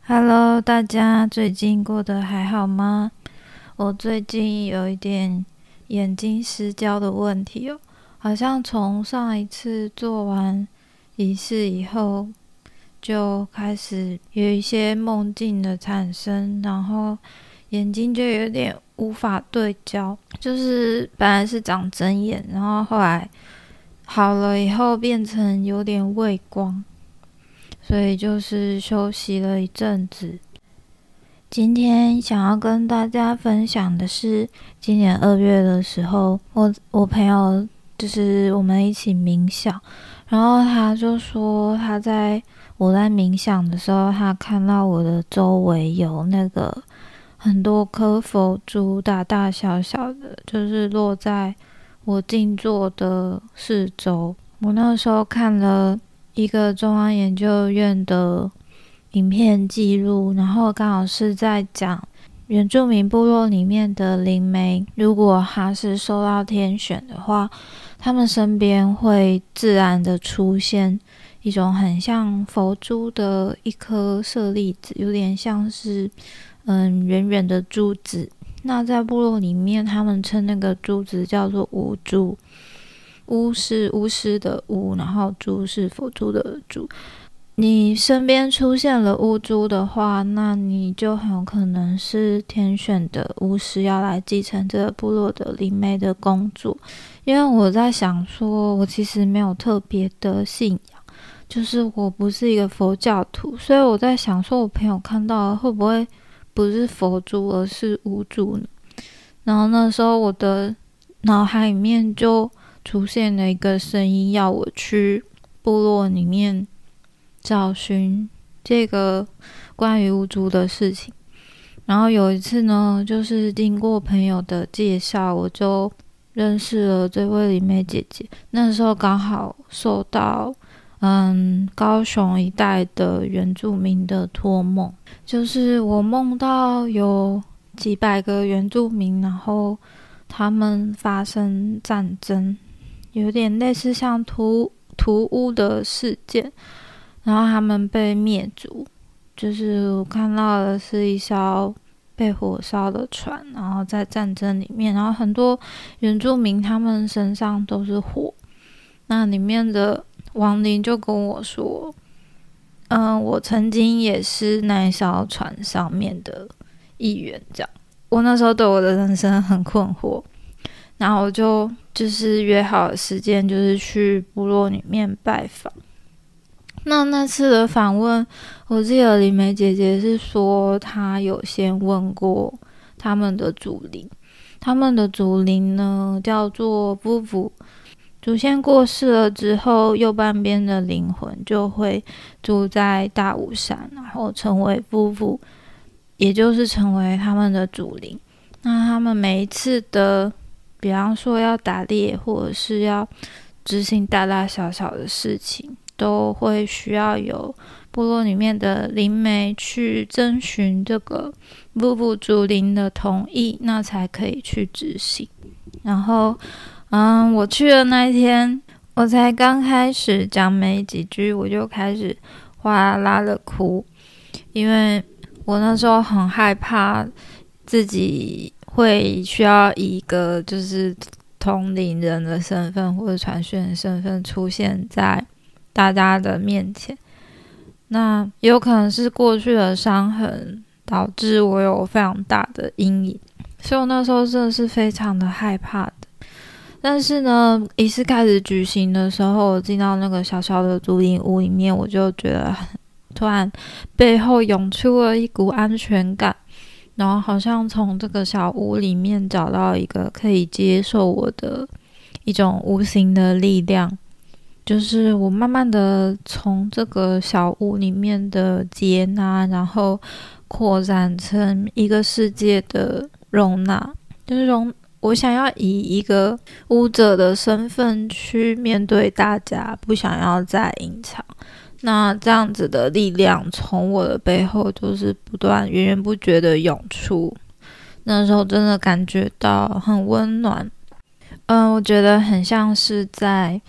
Hello，大家最近过得还好吗？我最近有一点眼睛失焦的问题哦，好像从上一次做完仪式以后，就开始有一些梦境的产生，然后眼睛就有点无法对焦，就是本来是长针眼，然后后来好了以后变成有点畏光，所以就是休息了一阵子。今天想要跟大家分享的是，今年2月的时候，我朋友就是我们一起冥想，然后他就说我在冥想的时候，他看到我的周围有那个很多颗佛珠，大大小小的，就是落在我静坐的四周。我那时候看了一个中央研究院的影片记录，然后刚好是在讲原住民部落里面的灵媒，如果他是受到天选的话，他们身边会自然的出现一种很像佛珠的一颗舍利子，有点像是圆圆的珠子。那在部落里面，他们称那个珠子叫做巫珠，巫是巫师的巫，然后珠是佛珠的珠。你身边出现了巫珠的话，那你就很有可能是天选的巫师，要来继承这个部落的灵媒的工作。因为我在想说，我其实没有特别的信仰，就是我不是一个佛教徒，所以我在想说，我朋友看到会不会不是佛珠，而是巫珠呢？然后那时候我的脑海里面就出现了一个声音，要我去部落里面找寻这个关于巫珠的事情。然后有一次呢，就是经过朋友的介绍，我就认识了这位灵媒姐姐。那时候刚好受到高雄一带的原住民的托梦，就是我梦到有几百个原住民，然后他们发生战争，有点类似像屠屋的事件，然后他们被灭族。就是我看到的是一艘被火烧的船，然后在战争里面，然后很多原住民他们身上都是火。那里面的亡灵就跟我说，我曾经也是那一艘船上面的一员，这样。我那时候对我的人生很困惑，然后我就是约好的时间，就是去部落里面拜访。那次的访问，我记得李梅姐姐是说，她有先问过他们的祖灵，他们的祖灵呢叫做夫妇。祖先过世了之后，右半边的灵魂就会住在大武山，然后成为夫妇，也就是成为他们的祖灵。那他们每一次的，比方说要打猎，或者是要执行大大小小的事情，都会需要有部落里面的灵媒去征询这个夫妇祖灵的同意，那才可以去执行。然后我去的那一天，我才刚开始讲没几句，我就开始哗啦啦的哭，因为我那时候很害怕自己会需要以一个就是通灵人的身份或者传讯人的身份出现在大家的面前。那有可能是过去的伤痕导致我有非常大的阴影，所以我那时候真的是非常的害怕的。但是呢，仪式开始举行的时候，我进到那个小小的竹林屋里面，我就觉得突然背后涌出了一股安全感，然后好像从这个小屋里面找到一个可以接受我的一种无形的力量，就是我慢慢的从这个小屋里面的接纳，然后扩展成一个世界的容纳，就是我想要以一个巫者的身份去面对大家，不想要再隐藏。那这样子的力量从我的背后就是不断源源不绝的涌出，那时候真的感觉到很温暖。我觉得很像是在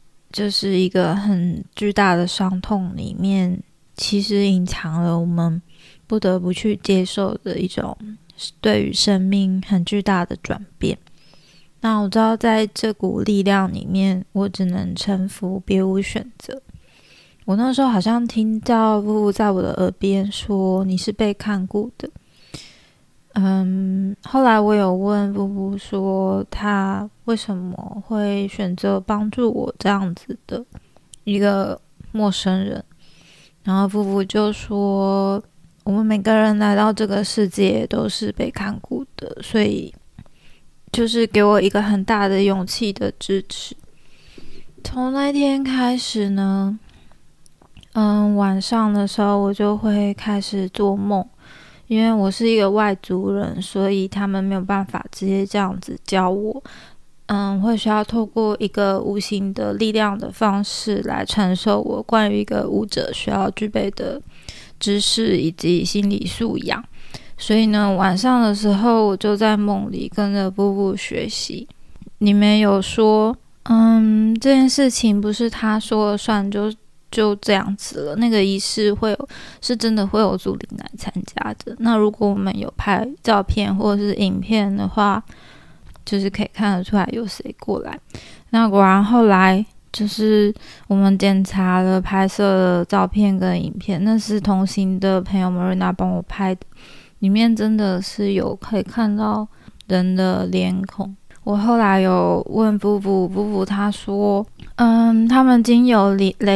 就是一个很巨大的伤痛里面，其实隐藏了我们不得不去接受的一种对于生命很巨大的转变。那我知道在这股力量里面，我只能臣服，别无选择。我那时候好像听到布布在我的耳边说你是被看顾的。后来我有问布布说他为什么会选择帮助我这样子的一个陌生人，然后布布就说我们每个人来到这个世界都是被看顾的，所以就是给我一个很大的勇气的支持。从那天开始呢，晚上的时候我就会开始做梦，因为我是一个外族人，所以他们没有办法直接这样子教我，会需要透过一个无形的力量的方式来传授我关于一个舞者需要具备的知识以及心理素养。所以呢，晚上的时候我就在梦里跟着布布学习。里面有说，这件事情不是他说了算就这样子了，那个仪式是真的会有祖灵来参加的。那如果我们有拍照片或者是影片的话，就是可以看得出来有谁过来。那果然后来就是我们检查了拍摄的照片跟影片，那是同行的朋友 Marina 帮我拍的，里面真的是有可以看到人的脸孔。我后来有问布布他说，他们经由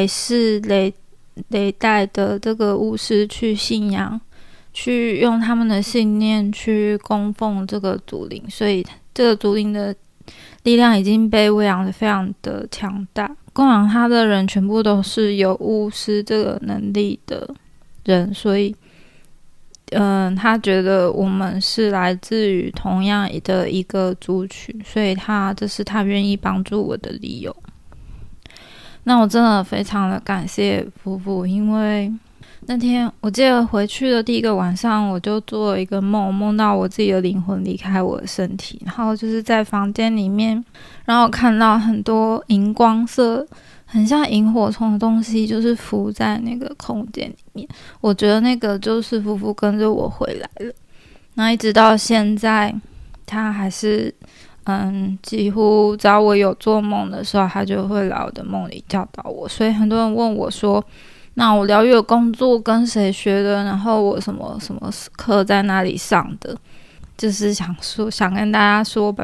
累代的这个巫师去信仰，去用他们的信念去供奉这个祖灵，所以这个祖灵的力量已经被喂养得非常的强大。供养他的人全部都是有巫师这个能力的人，所以他觉得我们是来自于同样的一个族群，所以这是他愿意帮助我的理由。那我真的非常的感谢布布，因为那天我记得回去的第一个晚上，我就做了一个梦，梦到我自己的灵魂离开我的身体，然后就是在房间里面，然后看到很多荧光色很像萤火虫的东西就是浮在那个空间里面，我觉得那个就是布布跟着我回来了。那一直到现在他还是几乎只要我有做梦的时候，他就会来我的梦里教导我。所以很多人问我说，那我疗愈的工作跟谁学的，然后我什么什么课在哪里上的，就是想跟大家说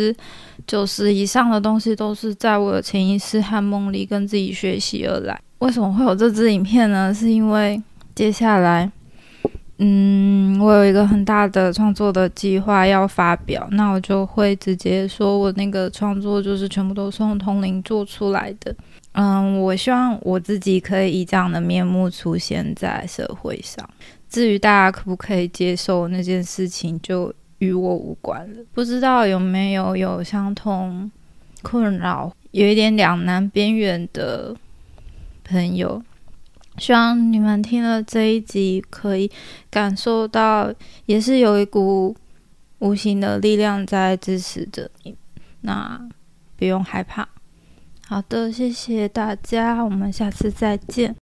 90%以上的东西都是在我的潜意识和梦里跟自己学习而来。为什么会有这支影片呢？是因为接下来我有一个很大的创作的计划要发表，那我就会直接说我那个创作就是全部都是用通灵做出来的。我希望我自己可以以这样的面目出现在社会上，至于大家可不可以接受那件事情就与我无关了。不知道有没有相同困扰，有一点两难边缘的朋友，希望你们听了这一集可以感受到也是有一股无形的力量在支持着你，那不用害怕。好的，谢谢大家，我们下次再见。